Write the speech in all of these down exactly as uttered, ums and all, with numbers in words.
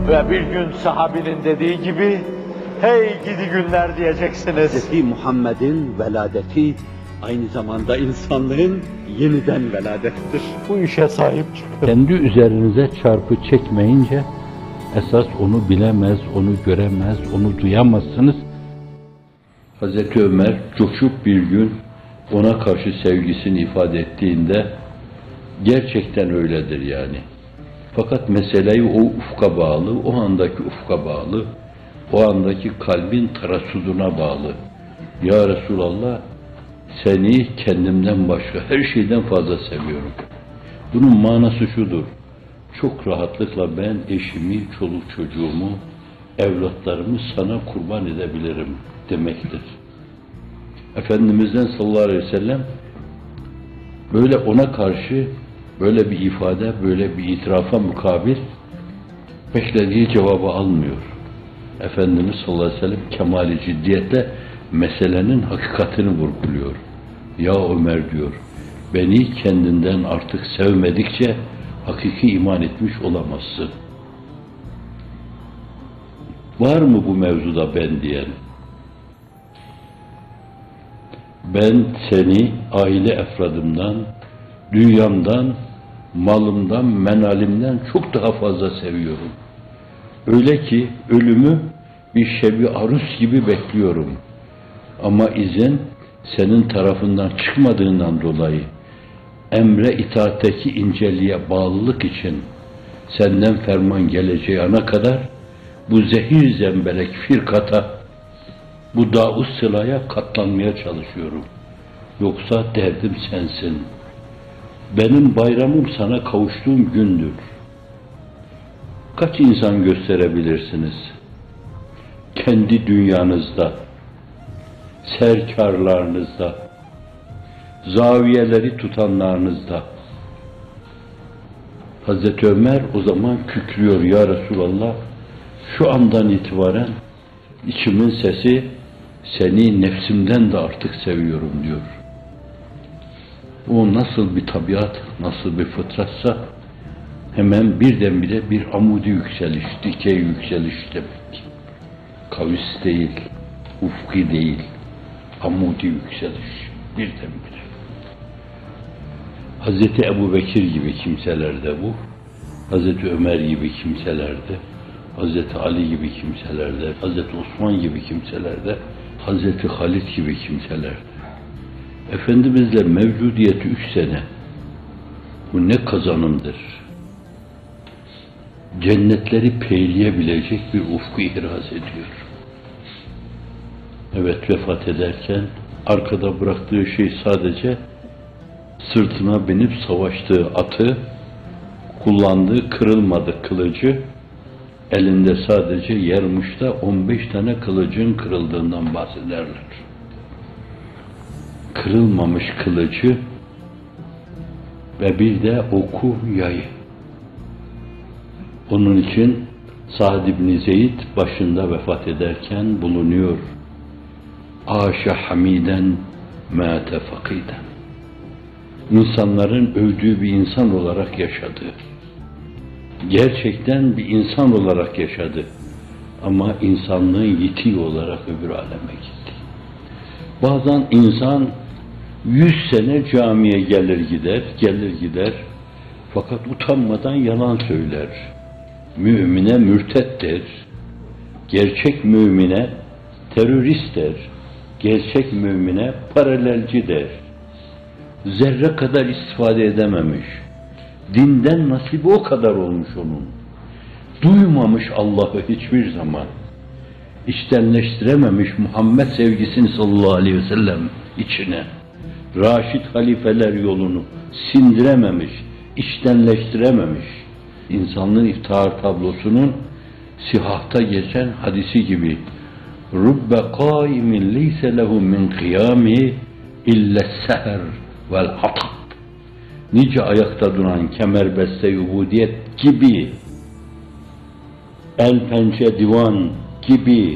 Ve bir gün sahabinin dediği gibi, hey gidi günler diyeceksiniz. Hz. Muhammed'in veladeti aynı zamanda insanlığın yeniden veladettir. Bu işe sahip çıkın. Kendi üzerinize çarpı çekmeyince, esas onu bilemez, onu göremez, onu duyamazsınız. Hazreti Ömer coşup bir gün ona karşı sevgisini ifade ettiğinde gerçekten öyledir yani. Fakat meseleyi o ufka bağlı, o andaki ufka bağlı, o andaki kalbin tarassuduna bağlı. Ya Resulallah, seni kendimden başka her şeyden fazla seviyorum. Bunun manası şudur: çok rahatlıkla ben eşimi, çoluk çocuğumu, evlatlarımı sana kurban edebilirim demektir. Efendimiz'den sallallahu aleyhi ve sellem böyle ona karşı böyle bir ifade, böyle bir itirafa mukabil beklediği cevabı almıyor. Efendimiz sallallahu aleyhi ve sellem kemali ciddiyetle meselenin hakikatini vurguluyor. Ya Ömer diyor, beni kendinden artık sevmedikçe hakiki iman etmiş olamazsın. Var mı bu mevzuda ben diyen? Ben seni aile efradımdan, dünyamdan, malımdan, menalimden çok daha fazla seviyorum. Öyle ki ölümü bir şebi arus gibi bekliyorum. Ama izin senin tarafından çıkmadığından dolayı emre itaatteki inceliğe bağlılık için senden ferman geleceği ana kadar bu zehir zemberek firkata, bu daus sılaya katlanmaya çalışıyorum. Yoksa derdim sensin. Benim bayramım sana kavuştuğum gündür. Kaç insan gösterebilirsiniz? Kendi dünyanızda, serkarlarınızda, zaviyeleri tutanlarınızda. Hazreti Ömer o zaman kükrüyor, ya Resulallah, şu andan itibaren içimin sesi seni nefsimden de artık seviyorum diyor. O nasıl bir tabiat, nasıl bir fıtratsa hemen birdenbire bir amudi yükseliş, dikey yükseliş demek. Kavis değil, ufki değil, amudi yükseliş birdenbire. Hazreti Ebu Bekir gibi kimselerde bu, Hazreti Ömer gibi kimselerde, Hazreti Ali gibi kimselerde, Hazreti Osman gibi kimselerde, Hazreti Halit gibi kimselerde. Efendimizle mevcudiyeti üç sene. Bu ne kazanımdır. Cennetleri peyleyebilecek bir ufku ihraz ediyor. Evet, vefat ederken arkada bıraktığı şey sadece sırtına binip savaştığı atı, kullandığı kırılmadı kılıcı, elinde sadece yarmışta on beş tane kılıcın kırıldığından bahsederler. Kırılmamış kılıcı ve bir de oku, yayı. Onun için Sa'd ibn Zeyd başında vefat ederken bulunuyor. Aşa hamiden mâte fakiden. İnsanların övdüğü bir insan olarak yaşadı. Gerçekten bir insan olarak yaşadı. Ama insanlığın yitiği olarak öbür aleme gitti. Bazen insan yüz sene camiye gelir gider, gelir gider. Fakat utanmadan yalan söyler. Mümine mürtet der. Gerçek mümine terörist der. Gerçek mümine paralelci der. Zerre kadar istifade edememiş. Dinden nasibi o kadar olmuş onun. Duymamış Allah'ı hiçbir zaman. İçtenleştirememiş Muhammed sevgisini sallallahu aleyhi ve sellem içine. Raşid halifeler yolunu sindirememiş, içtenleştirememiş. İnsanlığın iftihar tablosunun sihahta geçen hadisi gibi Rubbe kâimin leyse lehu min kıyâmi ille seher vel hatab. Nice ayakta duran kemerbeste ubudiyet gibi, el pençe divan gibi,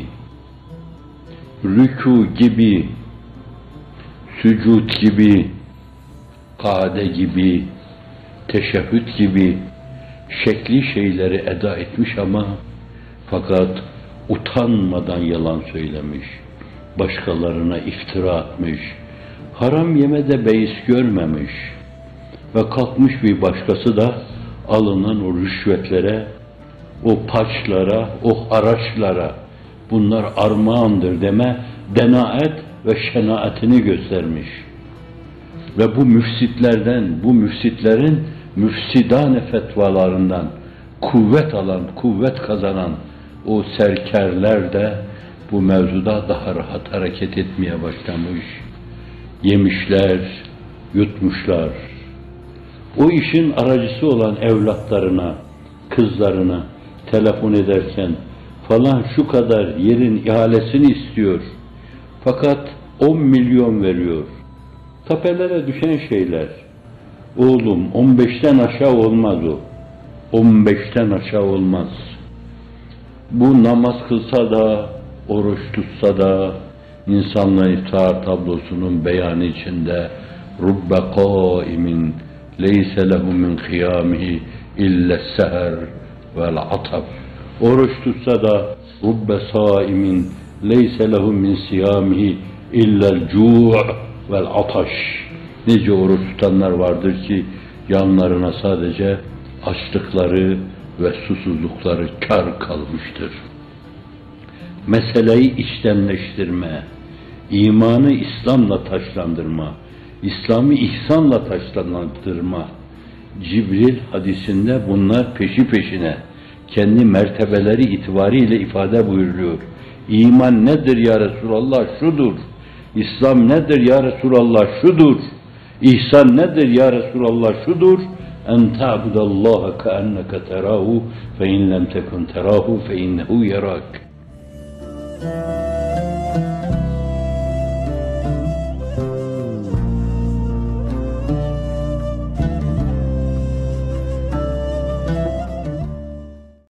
rükû gibi, sücud gibi, kade gibi, teşehhüd gibi şekli şeyleri eda etmiş ama Fakat utanmadan yalan söylemiş, başkalarına iftira atmış, haram yemede beis görmemiş ve kalkmış bir başkası da alınan o rüşvetlere, o paçlara, o haraçlara bunlar armağandır deme denaet ve şenaatini göstermiş. Ve bu müfsitlerden, bu müfsitlerin müfsidane fetvalarından kuvvet alan, kuvvet kazanan o serkerler de bu mevzuda daha rahat hareket etmeye başlamış. Yemişler, yutmuşlar. O işin aracısı olan evlatlarına, kızlarına telefon ederken falan şu kadar yerin ihalesini istiyor. Fakat on milyon veriyor. Tapelere düşen şeyler. Oğlum on beşten aşağı olmaz o. on beşten aşağı olmaz. Bu namaz kılsa da, oruç tutsa da, insanla iftar tablosunun beyanı içinde rubbe qaimin leyse lehu min kıyamihi illa seher vel atab. Oruç tutsa da rubbe saimin leyse lehu min siyamihi illa'l cu' vel ataş. Nice oruç tutanlar vardır ki yanlarına sadece açlıkları ve susuzlukları kar kalmıştır. Meseleyi içtenleştirme, imanı İslam'la taşlandırma, İslam'ı ihsanla taşlandırma. Cibril hadisinde bunlar peşi peşine kendi mertebeleri itibariyle ifade buyuruyor. İman nedir ya Resulallah? Şudur. İslam nedir ya Resulallah? Şudur. İhsan nedir ya Resulallah? Şudur. En ta'budallaha keenneke terahu fe in lem tekun terahu fe innehu yarak.